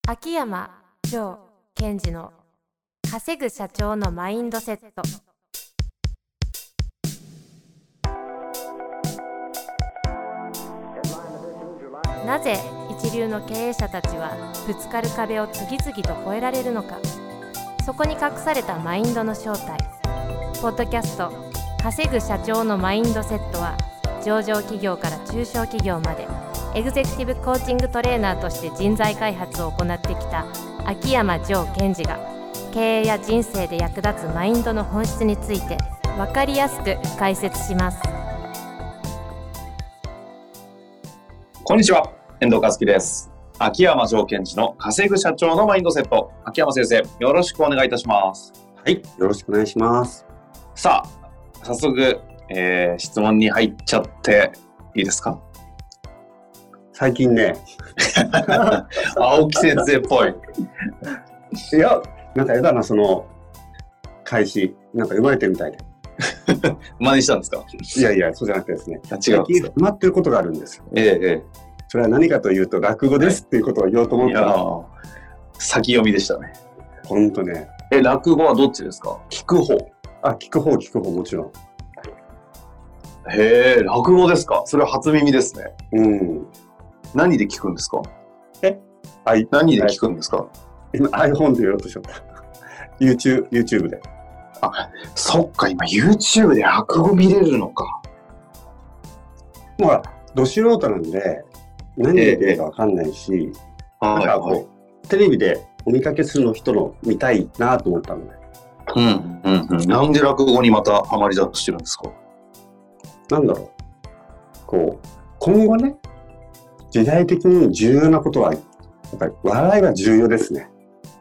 秋山城賢治の稼ぐ社長のマインドセット。なぜ一流の経営者たちはぶつかる壁を次々と越えられるのか。そこに隠されたマインドの正体。ポッドキャスト稼ぐ社長のマインドセットは、上場企業から中小企業までエグゼクティブコーチングトレーナーとして人材開発を行ってきた秋山城賢治が、経営や人生で役立つマインドの本質について分かりやすく解説します。 こんにちは、遠藤和樹です。秋山城賢治の稼ぐ社長のマインドセット。秋山先生、よろしくお願いいたします。 はい、よろしくお願いします。 さあ、早速、質問に入っちゃっていいですか？ 最近ね青木先生っぽい。 いや、なんかやだな、その開始なんか生まれてるみたいで真似したんですか？ いやいや、そうじゃなくてですね、 違う最近ハマってることがあるんですよ。それは何かというと、落語ですっていうことを言おうと思ったら、 先読みでしたね。 ほんとね。 落語はどっちですか？聞く方？ 聞く方もちろん。 へえ、落語ですか？それは初耳ですね。何で聞くんですか？何で聞くんですか？ 今 iPhone で言おうとしちゃった。YouTube で。 そっか、今 YouTube で落語見れるのか。 まあ、ど素人なんで何で言うかわかんないし、なんかこう、テレビでお見かけする人の見たいなと思ったので。 なんで落語にまたハマりだしてるんですか？ なんだろう。こう、今後ね、時代的に重要なことは、やっぱり笑いが重要ですね。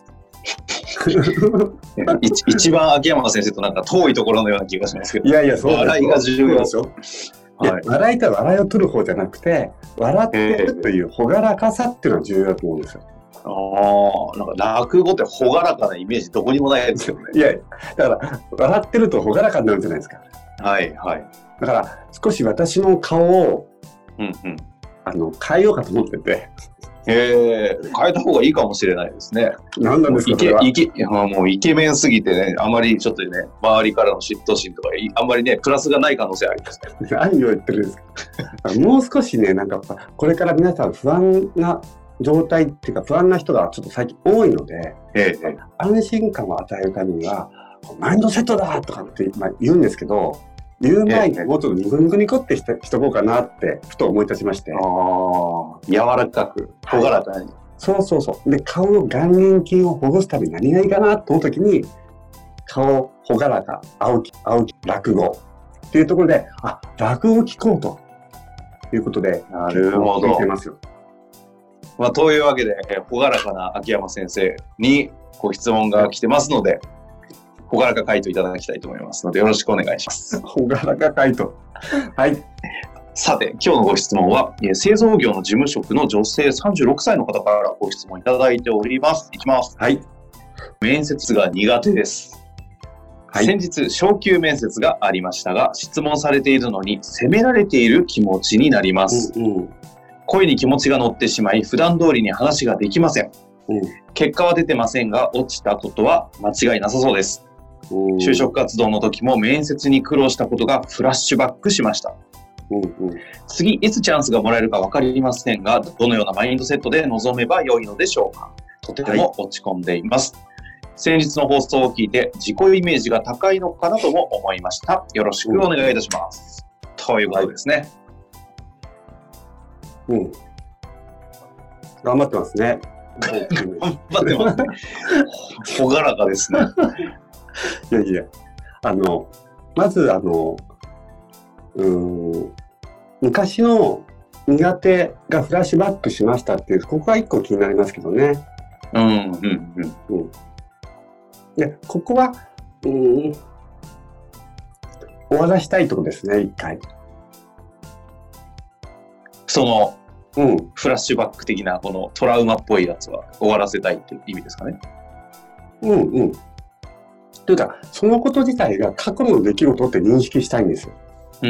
一番秋山先生となんか遠いところのような気がしますけど。 いやいや、そうですよ。 笑いが重要ですよ。 笑いとは笑いを取る方じゃなくて、笑ってるという朗らかさっていうのは重要だと思うんですよ。 なんか落語って朗らかなイメージどこにもないですよね。 いや、だから笑ってると朗らかになるじゃないですか。 はいはい。 だから少し私の顔を、変えようかと思ってて。 変えた方がいいかもしれないですね。 何なんですか？ もうイケメンすぎてね、あまりちょっとね、周りからの嫉妬心とかあんまりね、プラスがない可能性ありますね。 何を言ってるんですか？もう少しね、なんかこれから皆さん不安な状態っていうか、不安な人がちょっと最近多いので、安心感を与えるためにはマインドセットだとかって言うんですけど、言う前にもうちょっとニコニコってしとこうかなってふと思い立ちまして。 柔らかく朗らかに。 そうで、顔の眼輪筋をほぐすために何がいいかなと思うときに、顔朗らか青木落語っていうところで、落語聞こうということで、 なるほど。 聞いてますよ。 というわけで、朗らかな秋山先生にご質問が来てますので、朗らか回答いただきたいと思いますので、よろしくお願いします。 朗らか回答。はい。 さて、今日のご質問は、製造業の事務職の女性36歳の方からご質問いただいております。いきます。 はい。 面接が苦手です。先日、昇給面接がありましたが、質問されているのに責められている気持ちになります。声に気持ちが乗ってしまい、普段通りに話ができません。結果は出てませんが、落ちたことは間違いなさそうです。就職活動の時も面接に苦労したことがフラッシュバックしました。次いつチャンスがもらえるか分かりませんが、どのようなマインドセットで臨めば良いのでしょうか？とても落ち込んでいます。先日の放送を聞いて自己イメージが高いのかなとも思いました。よろしくお願いいたします。ということですね。 頑張ってますね。 頑張ってますね。朗らかですね。 いや、まず昔の苦手がフラッシュバックしましたっていう、ここが一個気になりますけどね。で、ここは終わらしたいところですね、一回。 そのフラッシュバック的なこのトラウマっぽいやつは終わらせたいっていう意味ですかね。 というか、そのこと自体が過去の出来事って認識したいんですよ。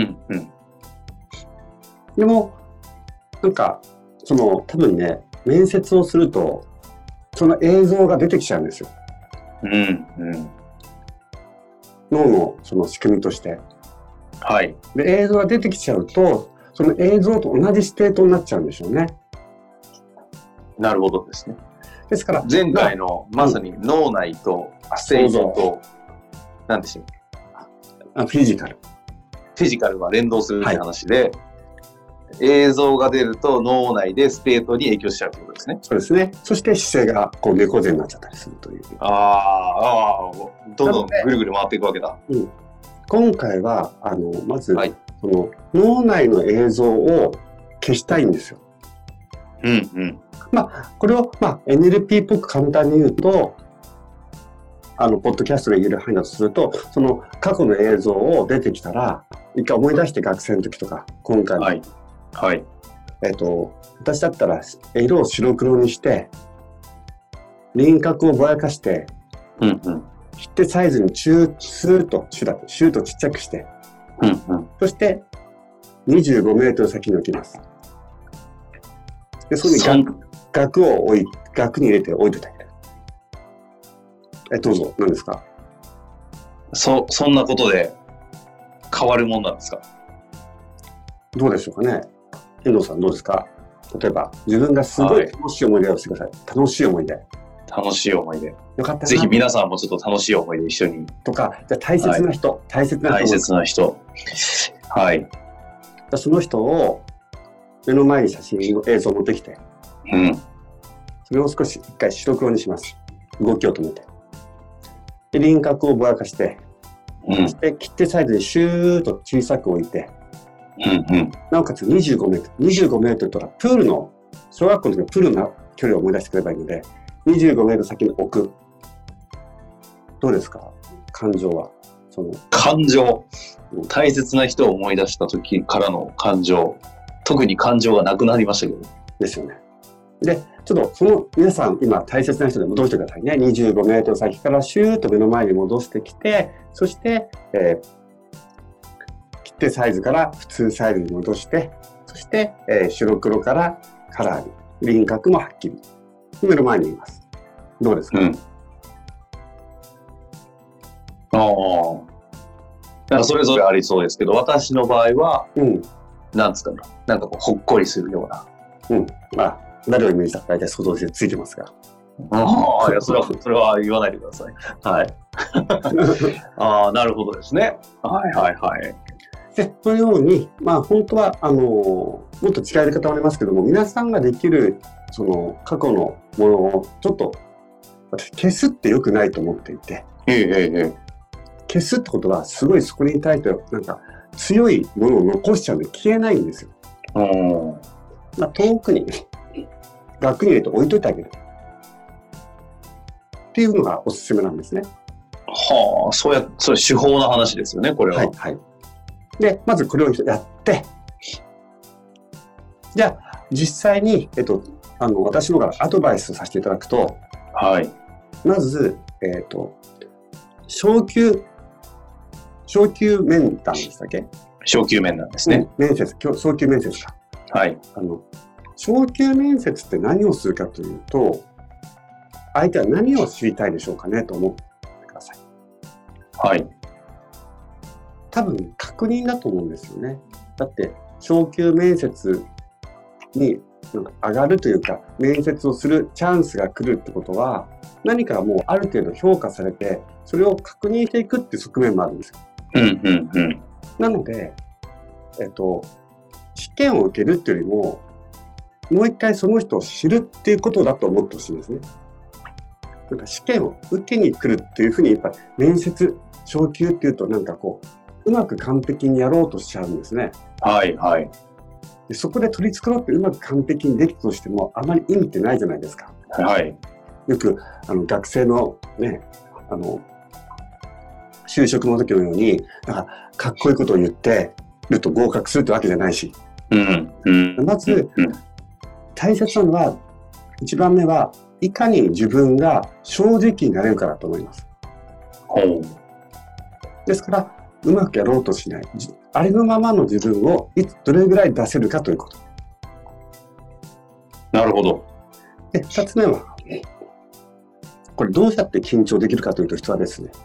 でも、なんか、多分ね、面接をすると、 その映像が出てきちゃうんですよ。 うんうん。 脳のその仕組みとして。 はい。 で、映像が出てきちゃうと、その映像と同じステートになっちゃうんでしょうね。 なるほどですね。 ですから、 前回のまさに脳内とステートと、何でしょう。 フィジカル。 フィジカルは連動するって話で、映像が出ると脳内でステートに影響しちゃうということですね。 そうですね。そして姿勢がこう猫背になっちゃったりするという。 どんどんぐるぐる回っていくわけだ。 今回はまず、その脳内の映像を消したいんですよ。これをNLP っぽく簡単に言うと、ポッドキャストが言える範囲だとすると、その過去の映像を出てきたら、一回思い出して学生の時とか、今回も。私だったら色を白黒にして、輪郭をぼやかして、切手サイズにスーッとちっちゃくして、そして25メートル先に置きます。で、そこに額に入れて置いてた。どうぞ、何ですか？ そんなことで変わるもんなんですか？ どうでしょうかね。遠藤さんどうですか？例えば、自分がすごい楽しい思い出をしてください。楽しい思い出。 楽しい思い出。 よかったな。 ぜひ皆さんもちょっと楽しい思い出一緒に。 とか、じゃあ大切な人。大切な人。 はい。 その人を目の前に映像を持ってきて、それを少し一回白黒にします。動きを止めて。で、輪郭をぼやかして、そして切手サイズにシューッと小さく置いて、なおかつ25メートル。25メートルとか、小学校の時のプールの距離を思い出してくればいいので、25メートル先に置く。どうですか？感情は。 感情。大切な人を思い出した時からの感情。特に感情がなくなりましたけど。 ですよね。で、ちょっと皆さん今大切な人で戻してくださいね。25メートル先からシューッと目の前に戻してきて、そして、切手サイズから普通サイズに戻して、そして、白黒からカラーに、輪郭もはっきり。目の前にいます。どうですか？ なんかそれぞれありそうですけど、私の場合は、なんですかね、なんかこうほっこりするような。誰をイメージしたか大体想像してついてますが。 いや、それは言わないでください。はい。なるほどですね。 で、このように、本当は、もっと違うやり方もありますけども、皆さんができる、過去のものを、ちょっと、私、消すって良くないと思っていて。消すってことは、すごいそこに対して、なんか、強いものを残しちゃうんで消えないんですよ。遠くに、額に入れて置いといてあげる。っていうのがおすすめなんですね。 それ手法の話ですよね、これは。 で、まずこれをやって、じゃあ、実際に、私の方からアドバイスさせていただくと、まず、昇級面談でしたっけ？ 昇級面談ですね。 昇級面接か。昇級面接って何をするかというと、相手は何を知りたいでしょうかねと思ってください。多分確認だと思うんですよね。だって昇級面接に上がるというか、面接をするチャンスが来るってことは、何かもうある程度評価されて、それを確認していくっていう側面もあるんですよ。なので、試験を受けるっていうよりも、もう一回その人を知るっていうことだと思ってほしいんですね。なんか試験を受けに来るっていうふうに、やっぱり面接、昇級っていうとなんかこう、うまく完璧にやろうとしちゃうんですね。でそこで取り繕ってうまく完璧にできたとしても、あまり意味ってないじゃないですか。よく学生のね、就職の時のように、なんかかっこいいことを言ってると合格するってわけじゃないし。まず、大切なのは、一番目は、いかに自分が正直になれるかだと思います。ですから、うまくやろうとしない。ありのままの自分をどれぐらい出せるかということ。 なるほど。 で、二つ目は、 これどうやって緊張できるかというと、人はですね、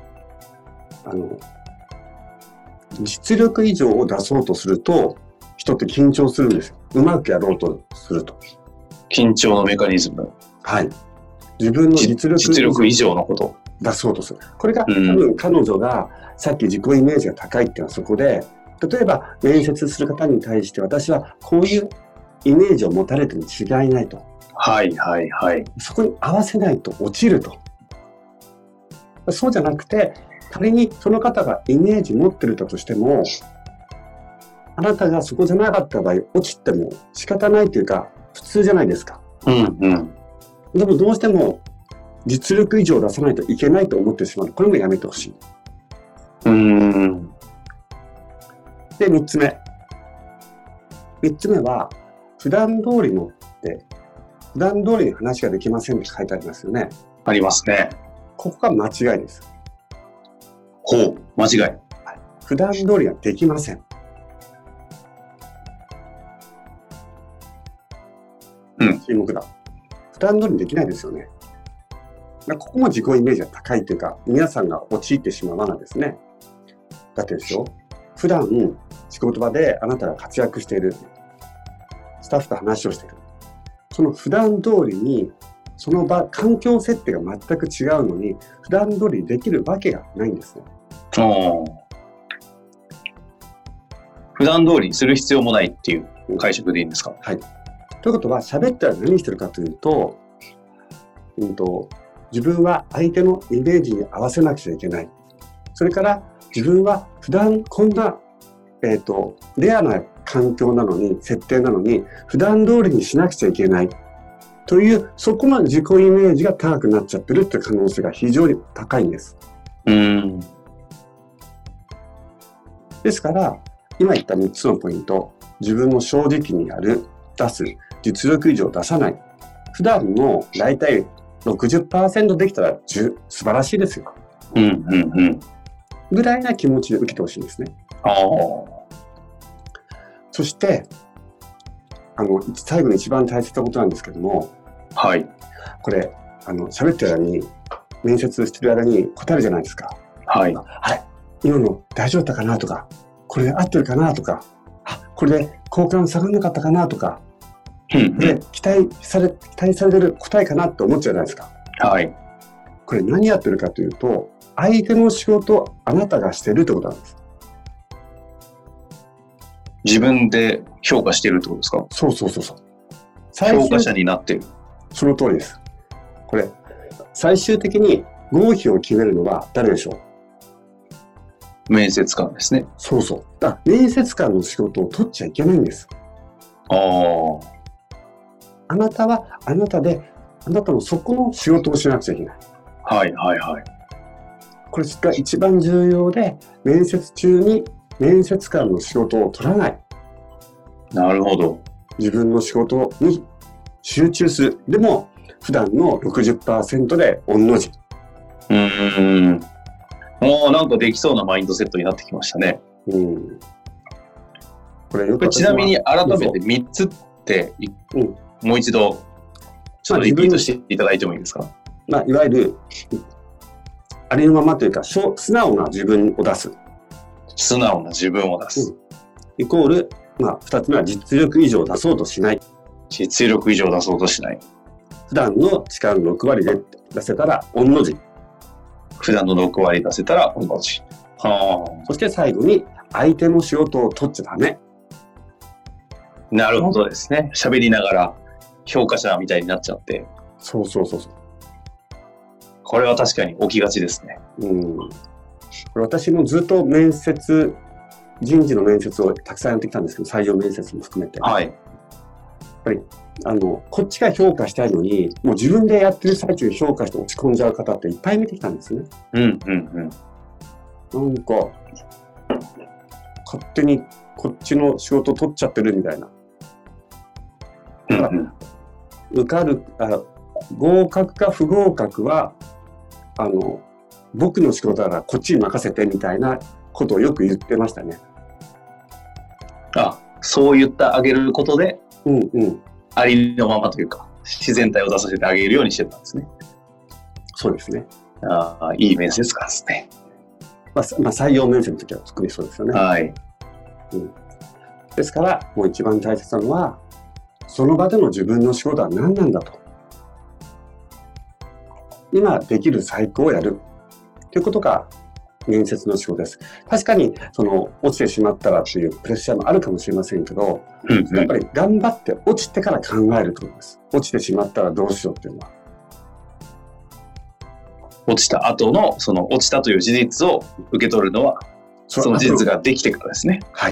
実力以上を出そうとすると、人って緊張するんですよ。うまくやろうとすると。 緊張のメカニズム。 はい。自分の実力以上のことを出そうとする。これが多分彼女がさっき自己イメージが高いっていうのはそこで、例えば面接する方に対して私はこういうイメージを持たれてるに違いないと。 はいはいはい。 そこに合わせないと落ちると。そうじゃなくて、仮にその方がイメージ持ってるとしても、あなたがそこじゃなかった場合、落ちても仕方ないというか、普通じゃないですか。 うんうん。 でもどうしても実力以上出さないといけないと思ってしまう。これもやめてほしい。で、3つ目。3つ目は、普段通りのって、普段通りに話ができませんって書いてありますよね。 ありますね。 ここが間違いです。 ほう、間違い。はい、 普段通りはできません。注目だ。普段通りにできないですよね。ここも自己イメージが高いというか、皆さんが陥ってしまう罠ですね。だってですよ、普段仕事場であなたが活躍している、スタッフと話をしている、その普段通りにその場、環境設定が全く違うのに普段通りにできるわけがないんですね。 普段通りにする必要もないっていう解釈でいいんですか？ はい。ということは、喋ったら何してるかというと、自分は相手のイメージに合わせなくちゃいけない。それから自分は普段こんな、レアな環境なのに、設定なのに、普段通りにしなくちゃいけない。という、そこまで自己イメージが高くなっちゃってるっていう可能性が非常に高いんです。ですから、今言った3つのポイント、自分の正直にやる、出す、実力以上出さない。普段の大体 60% できたら素晴らしいですよ。ぐらいな気持ちで受けてほしいんですね。そして、最後に一番大切なことなんですけども、 はい。 これ、喋ってる間に、面接してる間に答えるじゃないですか。 はい。 はい。今の大丈夫だったかなとか、これで合ってるかなとか、これで好感下がらなかったかなとか、で期待されてる答えかなって思っちゃうじゃないですか。 はい。 これ何やってるかというと、相手の仕事をあなたがしてるってことなんです。 自分で評価してるってことですか？ そう。 評価者になってる。 その通りです。これ、最終的に合否を決めるのは誰でしょう？面接官ですね。 そう。面接官の仕事を取っちゃいけないんです。あなたはあなたで、あなたのそこの仕事をしなくちゃいけない。 はい。 これが一番重要で、面接中に面接官の仕事を取らない。 なるほど。 自分の仕事に集中する。でも、普段の 60% で御の字。 もうなんかできそうなマインドセットになってきましたね。 これちなみに改めて3つって、もう一度ちょっとリピートしていただいてもいいですか？ いわゆるありのままというか、素直な自分を出す。 素直な自分を出す。 イコール、2つ目は実力以上出そうとしない。 実力以上出そうとしない。 普段の力の6割で出せたら御の字。 普段の6割出せたら御の字。 そして最後に、相手の仕事を取っちゃダメ。 なるほどですね。喋りながら評価者みたいになっちゃって。 そう。 これは確かに起きがちですね。 これ私もずっと人事の面接をたくさんやってきたんですけど、採用面接も含めて。 はい。 やっぱり、こっちが評価したいのに、もう自分でやってる最中に評価して落ち込んじゃう方っていっぱい見てきたんですね。なんか、勝手にこっちの仕事取っちゃってるみたいな。合格か不合格は、僕の仕事だからこっちに任せてみたいなことをよく言ってましたね。 そう言ってあげることで、ありのままというか、自然体を出させてあげるようにしてたんですね。 そうですね。 いい面接官ですね。 採用面接の時は特にそうですよね。 はい。 ですから、もう一番大切なのは、その場での自分の仕事は何なんだと。今できる最高をやるということが面接の仕事です。確かに落ちてしまったらというプレッシャーもあるかもしれませんけど、やっぱり頑張って落ちてから考えると思います。落ちてしまったらどうしようっていうのは。 落ちた後の落ちたという事実を受け取るのはその事実ができてからですね。 はい。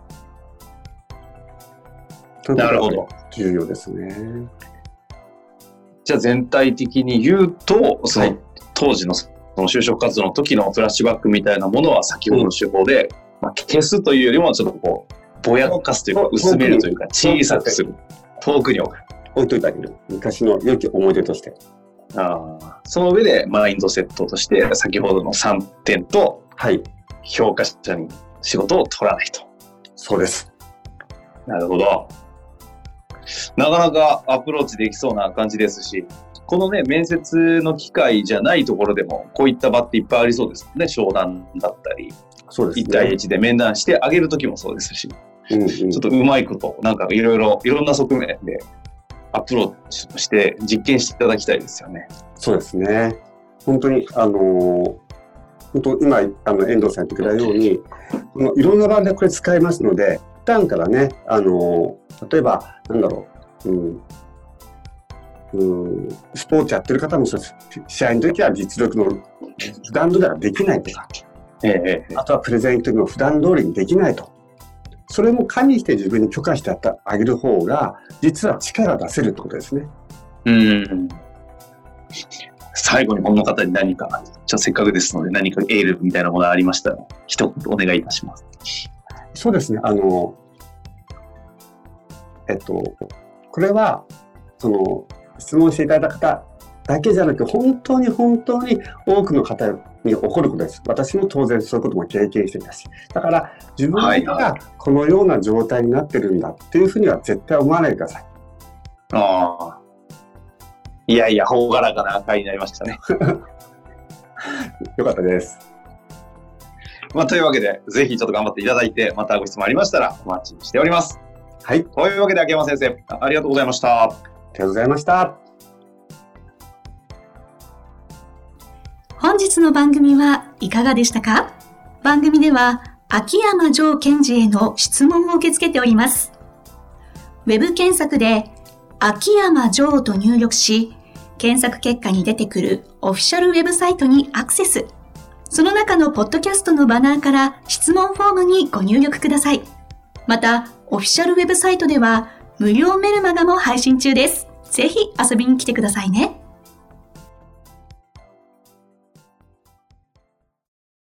なるほど。 重要ですね。 じゃあ全体的に言うと、当時の就職活動の時のフラッシュバックみたいなものは先ほどの手法で、消すというよりもちょっとぼやかすというか薄めるというか小さくする。遠くに置いといてあげる。昔の良き思い出として。 その上でマインドセットとして先ほどの3点と、評価者に仕事を取らないと。 そうです。 なるほど。なかなかアプローチできそうな感じですし、このね、面接の機会じゃないところでも、こういった場っていっぱいありそうですね。商談だったり、 そうですね、 1対1で面談してあげるときもそうですし、ちょっとうまいこと、なんかいろんな側面でアプローチして実験していただきたいですよね。 そうですね。本当に、本当今、遠藤さん言ってくれたように、いろんな場でこれ使えますので、普段からね、例えば、スポーツやってる方もそうです。試合の時は実力の普段通りはできないとか、あとはプレゼンの時も普段通りにできないと。それも加味して自分に許可してあげる方が、実は力を出せるってことですね。 最後にこの方に何か、せっかくですので何かエールみたいなものがありましたら、一言お願いいたします。 そうですね。これは、質問していただいた方だけじゃなく、本当に多くの方に起こることです。私も当然そういうことも経験していたし。だから、自分がこのような状態になってるんだっていうふうには絶対思わないでください。 いやいや、朗らかな回になりましたね。 よかったです。 というわけで、ぜひちょっと頑張っていただいて、またご質問ありましたらお待ちしております。 はい。 というわけで、秋山先生、ありがとうございました。 ありがとうございました。 本日の番組はいかがでしたか？番組では、秋山城賢治への質問を受け付けております。ウェブ検索で、秋山城と入力し、検索結果に出てくるオフィシャルウェブサイトにアクセス。その中のポッドキャストのバナーから質問フォームにご入力ください。また、オフィシャルウェブサイトでは無料メルマガも配信中です。ぜひ遊びに来てくださいね。